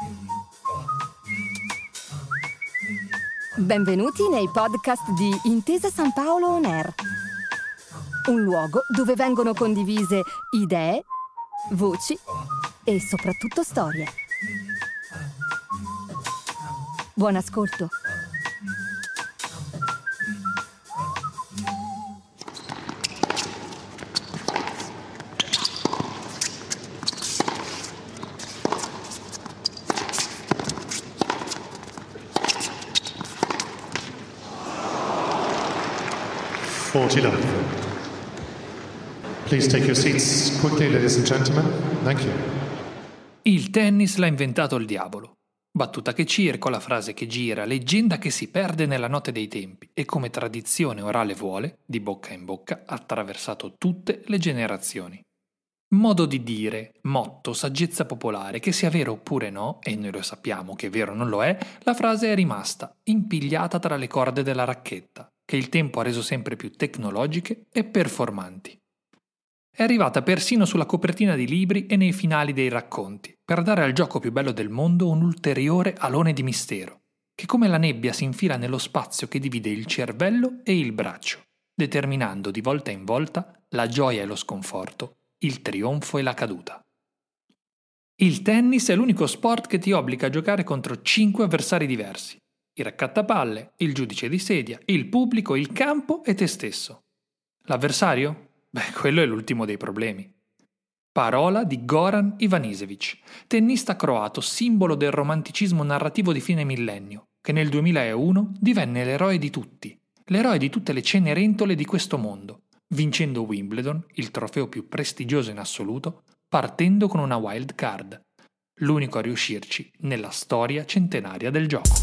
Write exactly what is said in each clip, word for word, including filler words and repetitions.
Benvenuti nei podcast di Intesa San Paolo On Air, un luogo dove vengono condivise idee, voci e soprattutto storie. Buon ascolto. forty-nine. Please take your seats quickly, ladies and gentlemen. Thank you. Il tennis l'ha inventato il diavolo. Battuta che circola, frase che gira, leggenda che si perde nella notte dei tempi e come tradizione orale vuole, di bocca in bocca, ha attraversato tutte le generazioni. Modo di dire, motto, saggezza popolare, che sia vero oppure no, e noi lo sappiamo che vero non lo è, la frase è rimasta, impigliata tra le corde della racchetta, che il tempo ha reso sempre più tecnologiche e performanti. È arrivata persino sulla copertina di libri e nei finali dei racconti, per dare al gioco più bello del mondo un ulteriore alone di mistero, che come la nebbia si infila nello spazio che divide il cervello e il braccio, determinando di volta in volta la gioia e lo sconforto, il trionfo e la caduta. Il tennis è l'unico sport che ti obbliga a giocare contro cinque avversari diversi: il raccattapalle, il giudice di sedia, il pubblico, il campo e te stesso. L'avversario? Beh, quello è l'ultimo dei problemi. Parola di Goran Ivanišević, tennista croato, simbolo del romanticismo narrativo di fine millennio, che nel duemilauno divenne l'eroe di tutti, l'eroe di tutte le cenerentole di questo mondo, vincendo Wimbledon, il trofeo più prestigioso in assoluto, partendo con una wild card, l'unico a riuscirci nella storia centenaria del gioco.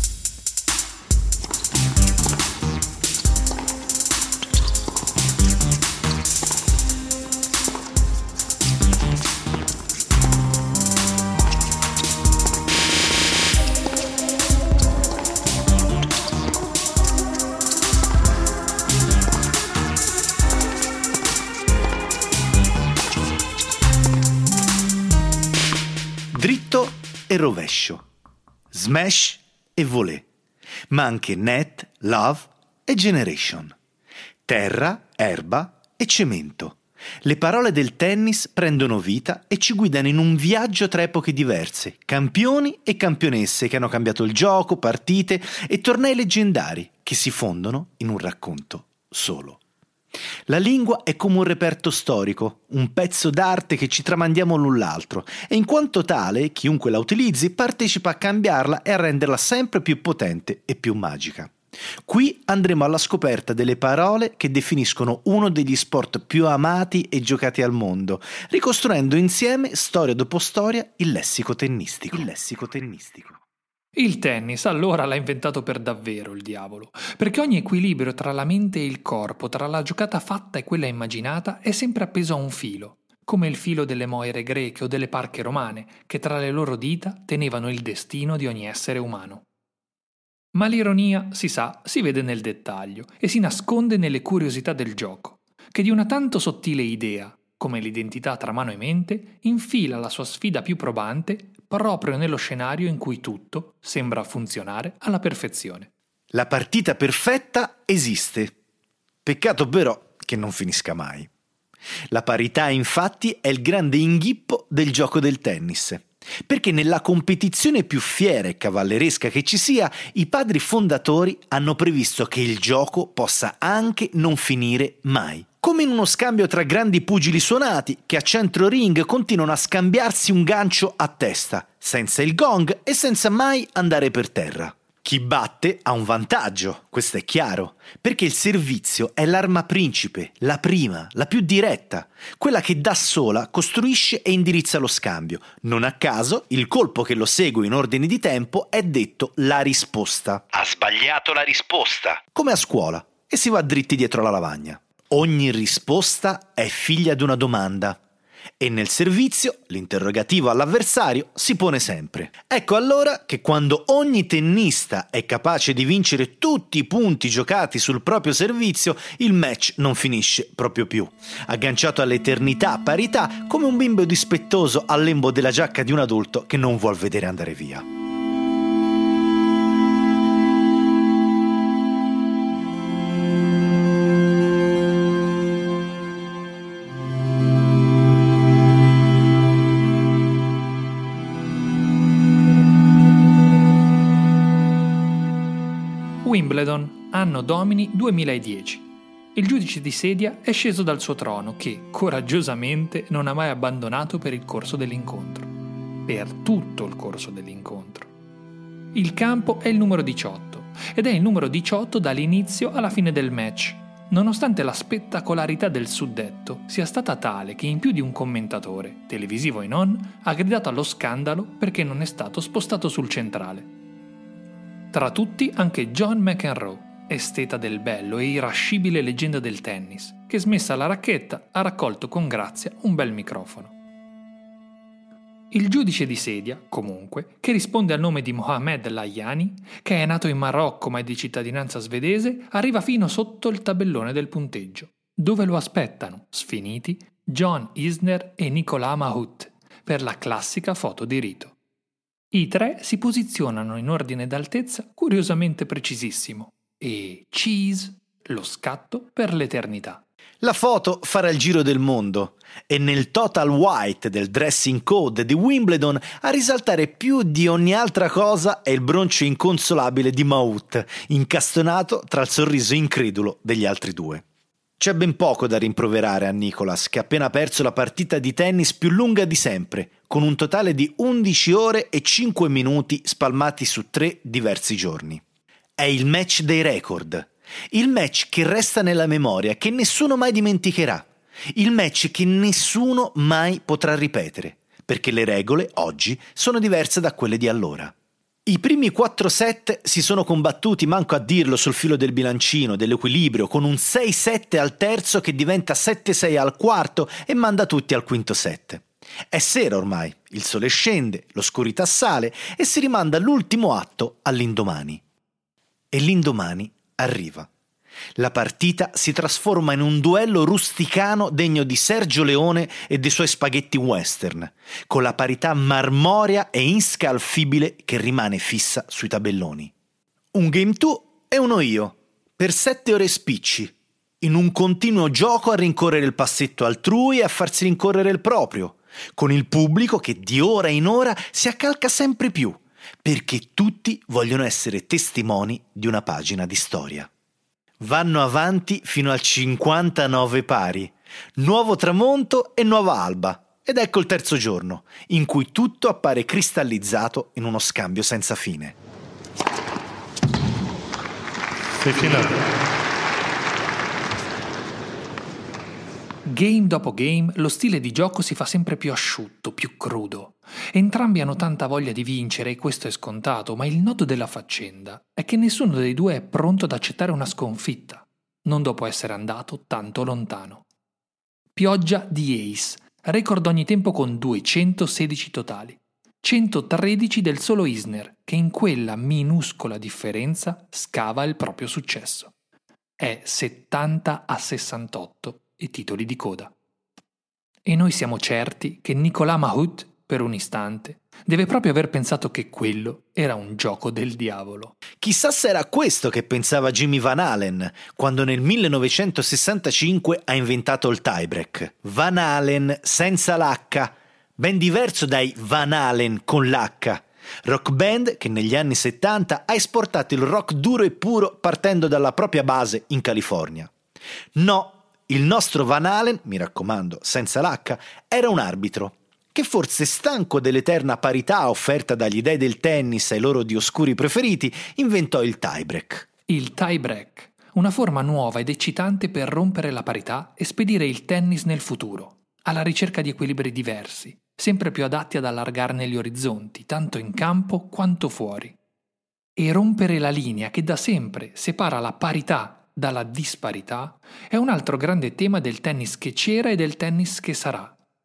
Dritto e rovescio, smash e volée, ma anche net, love e generation, terra, erba e cemento. Le parole del tennis prendono vita e ci guidano in un viaggio tra epoche diverse, campioni e campionesse che hanno cambiato il gioco, partite e tornei leggendari che si fondono in un racconto solo. La lingua è come un reperto storico, un pezzo d'arte che ci tramandiamo l'un l'altro e in quanto tale chiunque la utilizzi partecipa a cambiarla e a renderla sempre più potente e più magica. Qui andremo alla scoperta delle parole che definiscono uno degli sport più amati e giocati al mondo, ricostruendo insieme, storia dopo storia, il lessico tennistico. Il lessico tennistico. Il tennis allora l'ha inventato per davvero il diavolo, perché ogni equilibrio tra la mente e il corpo, tra la giocata fatta e quella immaginata, è sempre appeso a un filo, come il filo delle moire greche o delle parche romane, che tra le loro dita tenevano il destino di ogni essere umano. Ma l'ironia, si sa, si vede nel dettaglio e si nasconde nelle curiosità del gioco, che di una tanto sottile idea, come l'identità tra mano e mente, infila la sua sfida più probante proprio nello scenario in cui tutto sembra funzionare alla perfezione. La partita perfetta esiste. Peccato però che non finisca mai. La parità, infatti, è il grande inghippo del gioco del tennis. Perché nella competizione più fiera e cavalleresca che ci sia, i padri fondatori hanno previsto che il gioco possa anche non finire mai. Come in uno scambio tra grandi pugili suonati che a centro ring continuano a scambiarsi un gancio a testa, senza il gong e senza mai andare per terra. Chi batte ha un vantaggio, questo è chiaro, perché il servizio è l'arma principe, la prima, la più diretta, quella che da sola costruisce e indirizza lo scambio. Non a caso, il colpo che lo segue in ordine di tempo è detto la risposta. Ha sbagliato la risposta. Come a scuola, e si va dritti dietro la lavagna. Ogni risposta è figlia di una domanda. E nel servizio l'interrogativo all'avversario si pone sempre. Ecco allora che quando ogni tennista è capace di vincere tutti i punti giocati sul proprio servizio, il match non finisce proprio più. Agganciato all'eternità a parità, come un bimbo dispettoso al lembo della giacca di un adulto che non vuol vedere andare via. Wimbledon, anno domini duemiladieci. Il giudice di sedia è sceso dal suo trono che, coraggiosamente, non ha mai abbandonato per il corso dell'incontro. Per tutto il corso dell'incontro. Il campo è il numero diciotto, ed è il numero diciotto dall'inizio alla fine del match, nonostante la spettacolarità del suddetto sia stata tale che in più di un commentatore, televisivo e non, ha gridato allo scandalo perché non è stato spostato sul centrale. Tra tutti anche John McEnroe, esteta del bello e irascibile leggenda del tennis, che smessa la racchetta ha raccolto con grazia un bel microfono. Il giudice di sedia, comunque, che risponde al nome di Mohamed Layani, che è nato in Marocco ma è di cittadinanza svedese, arriva fino sotto il tabellone del punteggio, dove lo aspettano, sfiniti, John Isner e Nicolas Mahut, per la classica foto di rito. I tre si posizionano in ordine d'altezza curiosamente precisissimo e cheese, lo scatto per l'eternità. La foto farà il giro del mondo e nel total white del dressing code di Wimbledon a risaltare più di ogni altra cosa è il broncio inconsolabile di Mahut, incastonato tra il sorriso incredulo degli altri due. C'è ben poco da rimproverare a Nicolas, che ha appena perso la partita di tennis più lunga di sempre, con un totale di undici ore e cinque minuti spalmati su tre diversi giorni. È il match dei record, il match che resta nella memoria, che nessuno mai dimenticherà, il match che nessuno mai potrà ripetere, perché le regole oggi sono diverse da quelle di allora. I primi quattro set si sono combattuti, manco a dirlo, sul filo del bilancino, dell'equilibrio, con un sei sette al terzo che diventa sette sei al quarto e manda tutti al quinto set. È sera ormai, il sole scende, l'oscurità sale e si rimanda l'ultimo atto all'indomani. E l'indomani arriva. La partita si trasforma in un duello rusticano degno di Sergio Leone e dei suoi spaghetti western, con la parità marmorea e inscalfibile che rimane fissa sui tabelloni. Un game tu e uno io, per sette ore spicci, in un continuo gioco a rincorrere il passetto altrui e a farsi rincorrere il proprio, con il pubblico che di ora in ora si accalca sempre più, perché tutti vogliono essere testimoni di una pagina di storia. Vanno avanti fino al cinquantanove pari, nuovo tramonto e nuova alba, ed ecco il terzo giorno, in cui tutto appare cristallizzato in uno scambio senza fine. Game dopo game, lo stile di gioco si fa sempre più asciutto, più crudo. Entrambi hanno tanta voglia di vincere e questo è scontato, ma il nodo della faccenda è che nessuno dei due è pronto ad accettare una sconfitta, non dopo essere andato tanto lontano. Pioggia di ace, record ogni tempo con duecentosedici totali, centotredici del solo Isner, che in quella minuscola differenza scava il proprio successo. È settanta a sessantotto e titoli di coda. E noi siamo certi che Nicolas Mahut, per un istante, deve proprio aver pensato che quello era un gioco del diavolo. Chissà se era questo che pensava Jimmy Van Halen quando nel millenovecentosessantacinque ha inventato il tiebreak. Van Halen senza l'H, ben diverso dai Van Halen con l'H. Rock band che negli anni settanta ha esportato il rock duro e puro partendo dalla propria base in California. No, il nostro Van Halen, mi raccomando, senza l'H, era un arbitro che forse stanco dell'eterna parità offerta dagli dei del tennis ai loro dioscuri preferiti, inventò il tiebreak. Il tiebreak, una forma nuova ed eccitante per rompere la parità e spedire il tennis nel futuro, alla ricerca di equilibri diversi, sempre più adatti ad allargarne gli orizzonti, tanto in campo quanto fuori. E rompere la linea che da sempre separa la parità dalla disparità è un altro grande tema del tennis che c'era e del tennis che sarà.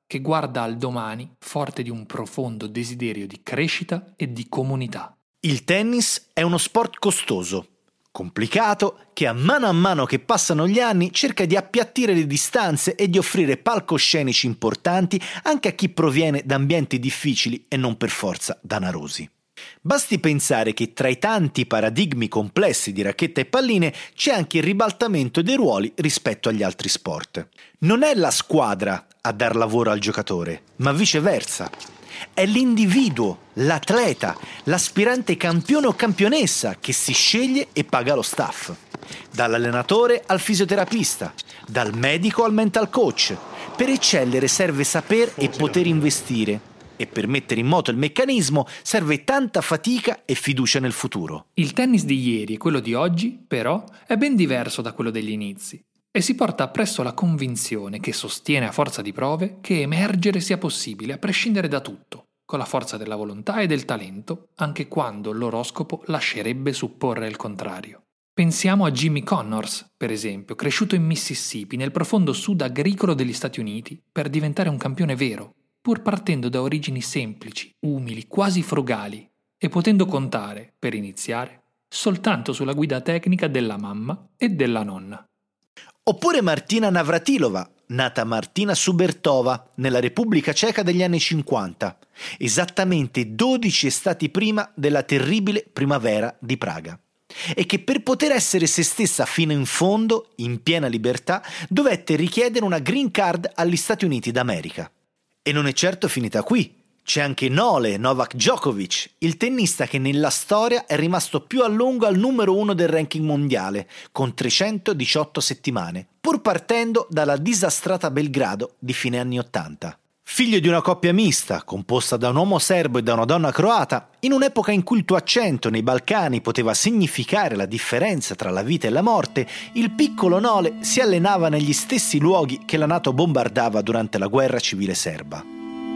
che guarda al domani forte di un profondo desiderio di crescita e di comunità. Il tennis è uno sport costoso, complicato, che a mano a mano che passano gli anni cerca di appiattire le distanze e di offrire palcoscenici importanti anche a chi proviene da ambienti difficili e non per forza danarosi. Basti pensare che tra i tanti paradigmi complessi di racchetta e palline c'è anche il ribaltamento dei ruoli rispetto agli altri sport. Non è la squadra a dar lavoro al giocatore, ma viceversa. È l'individuo, l'atleta, l'aspirante campione o campionessa che si sceglie e paga lo staff. Dall'allenatore al fisioterapista, dal medico al mental coach. Per eccellere serve saper e poter investire. E per mettere in moto il meccanismo serve tanta fatica e fiducia nel futuro. Il tennis di ieri e quello di oggi, però, è ben diverso da quello degli inizi e si porta appresso la convinzione, che sostiene a forza di prove, che emergere sia possibile a prescindere da tutto, con la forza della volontà e del talento, anche quando l'oroscopo lascerebbe supporre il contrario. Pensiamo a Jimmy Connors, per esempio, cresciuto in Mississippi, nel profondo sud agricolo degli Stati Uniti, per diventare un campione vero, pur partendo da origini semplici, umili, quasi frugali, e potendo contare, per iniziare, soltanto sulla guida tecnica della mamma e della nonna. Oppure Martina Navratilova, nata Martina Subertova nella Repubblica Ceca degli anni cinquanta, esattamente dodici estati prima della terribile primavera di Praga, e che per poter essere se stessa fino in fondo, in piena libertà, dovette richiedere una green card agli Stati Uniti d'America. E non è certo finita qui. C'è anche Nole Novak Djokovic, il tennista che nella storia è rimasto più a lungo al numero uno del ranking mondiale, con trecentodiciotto settimane, pur partendo dalla disastrata Belgrado di fine anni ottanta. Figlio di una coppia mista, composta da un uomo serbo e da una donna croata, in un'epoca in cui il tuo accento nei Balcani poteva significare la differenza tra la vita e la morte, il piccolo Nole si allenava negli stessi luoghi che la NATO bombardava durante la guerra civile serba.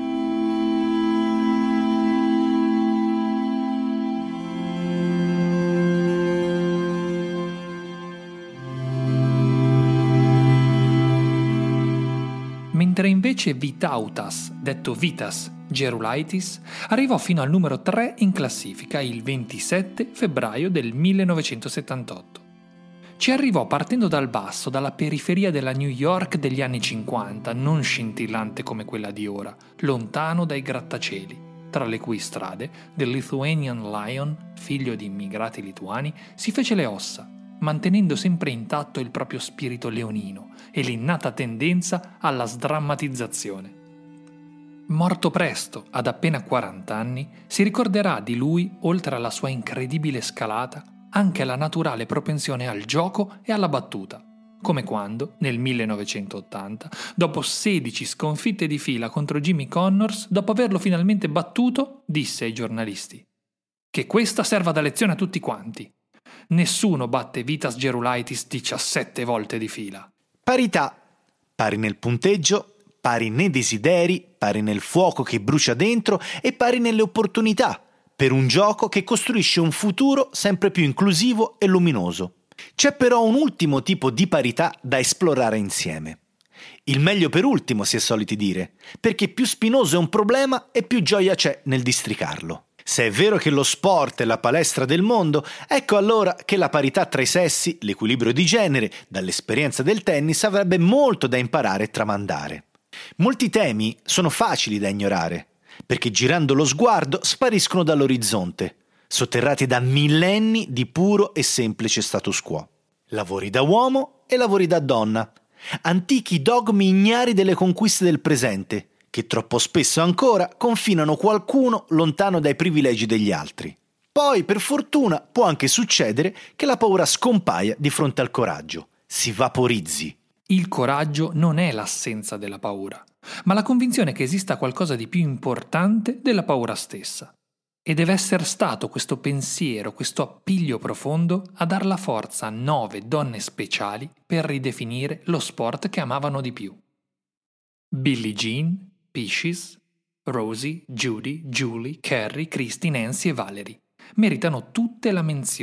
Mentre invece Vytautas, detto Vitas Gerulaitis, arrivò fino al numero tre in classifica il ventisette febbraio del millenovecentosettantotto. Ci arrivò partendo dal basso, dalla periferia della New York degli anni cinquanta, non scintillante come quella di ora, lontano dai grattacieli, tra le cui strade del Lithuanian Lion, figlio di immigrati lituani, si fece le ossa, mantenendo sempre intatto il proprio spirito leonino e l'innata tendenza alla sdrammatizzazione. Morto presto, ad appena quaranta anni, si ricorderà di lui, oltre alla sua incredibile scalata, anche la naturale propensione al gioco e alla battuta, come quando, nel millenovecentottanta, dopo sedici sconfitte di fila contro Jimmy Connors, dopo averlo finalmente battuto, disse ai giornalisti: «Che questa serva da lezione a tutti quanti. Nessuno batte Vitas Gerulaitis diciassette volte di fila». Parità, pari nel punteggio, pari nei desideri, pari nel fuoco che brucia dentro e pari nelle opportunità, per un gioco che costruisce un futuro sempre più inclusivo e luminoso. C'è però un ultimo tipo di parità da esplorare insieme. Il meglio per ultimo, si è soliti dire, perché più spinoso è un problema e più gioia c'è nel districarlo. Se è vero che lo sport è la palestra del mondo, ecco allora che la parità tra i sessi, l'equilibrio di genere, dall'esperienza del tennis avrebbe molto da imparare e tramandare. Molti temi sono facili da ignorare, perché girando lo sguardo spariscono dall'orizzonte, sotterrati da millenni di puro e semplice status quo. Lavori da uomo e lavori da donna, antichi dogmi ignari delle conquiste del presente, che troppo spesso ancora confinano qualcuno lontano dai privilegi degli altri. Poi, per fortuna, può anche succedere che la paura scompaia di fronte al coraggio, si vaporizzi. Il coraggio non è l'assenza della paura, ma la convinzione che esista qualcosa di più importante della paura stessa. E deve essere stato questo pensiero, questo appiglio profondo a dar la forza a nove donne speciali per ridefinire lo sport che amavano di più. Billie Jean, Peaches, Rosie, Judy, Julie, Carrie, Christy, Nancy e Valerie meritano tutte la menzione,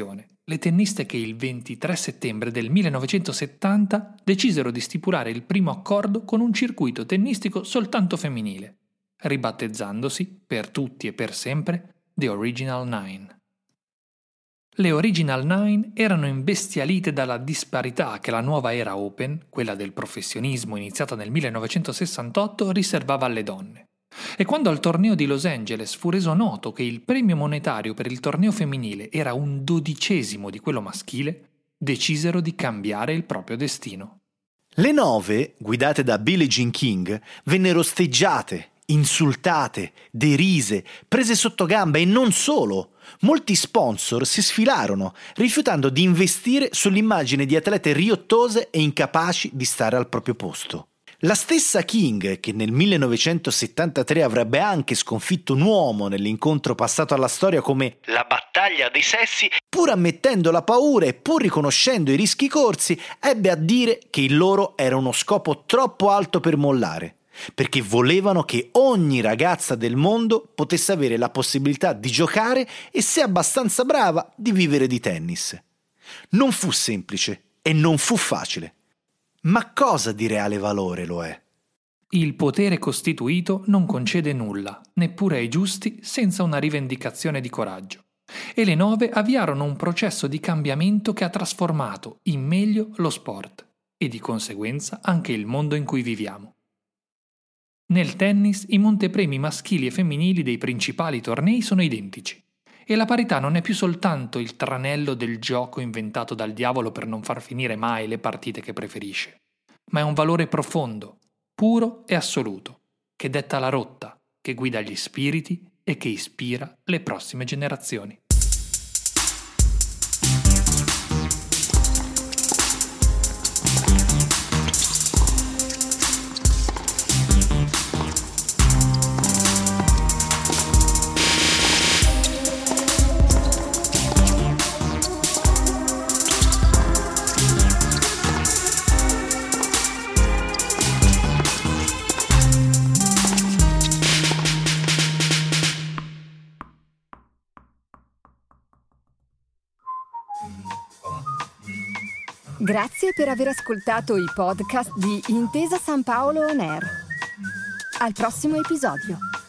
le tenniste che il ventitré settembre del millenovecentosettanta decisero di stipulare il primo accordo con un circuito tennistico soltanto femminile, ribattezzandosi, per tutti e per sempre, The Original Nine. Le Original Nine erano imbestialite dalla disparità che la nuova era Open, quella del professionismo iniziata nel millenovecentosessantotto, riservava alle donne. E quando al torneo di Los Angeles fu reso noto che il premio monetario per il torneo femminile era un dodicesimo di quello maschile, decisero di cambiare il proprio destino. Le nove, guidate da Billie Jean King, vennero osteggiate, insultate, derise, prese sotto gamba e non solo. Molti sponsor si sfilarono, rifiutando di investire sull'immagine di atlete riottose e incapaci di stare al proprio posto. La stessa King, che nel millenovecentosettantatré avrebbe anche sconfitto un uomo nell'incontro passato alla storia come la battaglia dei sessi, pur ammettendo la paura e pur riconoscendo i rischi corsi, ebbe a dire che il loro era uno scopo troppo alto per mollare, perché volevano che ogni ragazza del mondo potesse avere la possibilità di giocare e, se abbastanza brava, di vivere di tennis. Non fu semplice e non fu facile. Ma cosa di reale valore lo è? Il potere costituito non concede nulla, neppure ai giusti, senza una rivendicazione di coraggio. E le nove avviarono un processo di cambiamento che ha trasformato in meglio lo sport e di conseguenza anche il mondo in cui viviamo. Nel tennis i montepremi maschili e femminili dei principali tornei sono identici e la parità non è più soltanto il tranello del gioco inventato dal diavolo per non far finire mai le partite che preferisce, ma è un valore profondo, puro e assoluto, che detta la rotta, che guida gli spiriti e che ispira le prossime generazioni. Grazie per aver ascoltato i podcast di Intesa San Paolo On Air. Al prossimo episodio.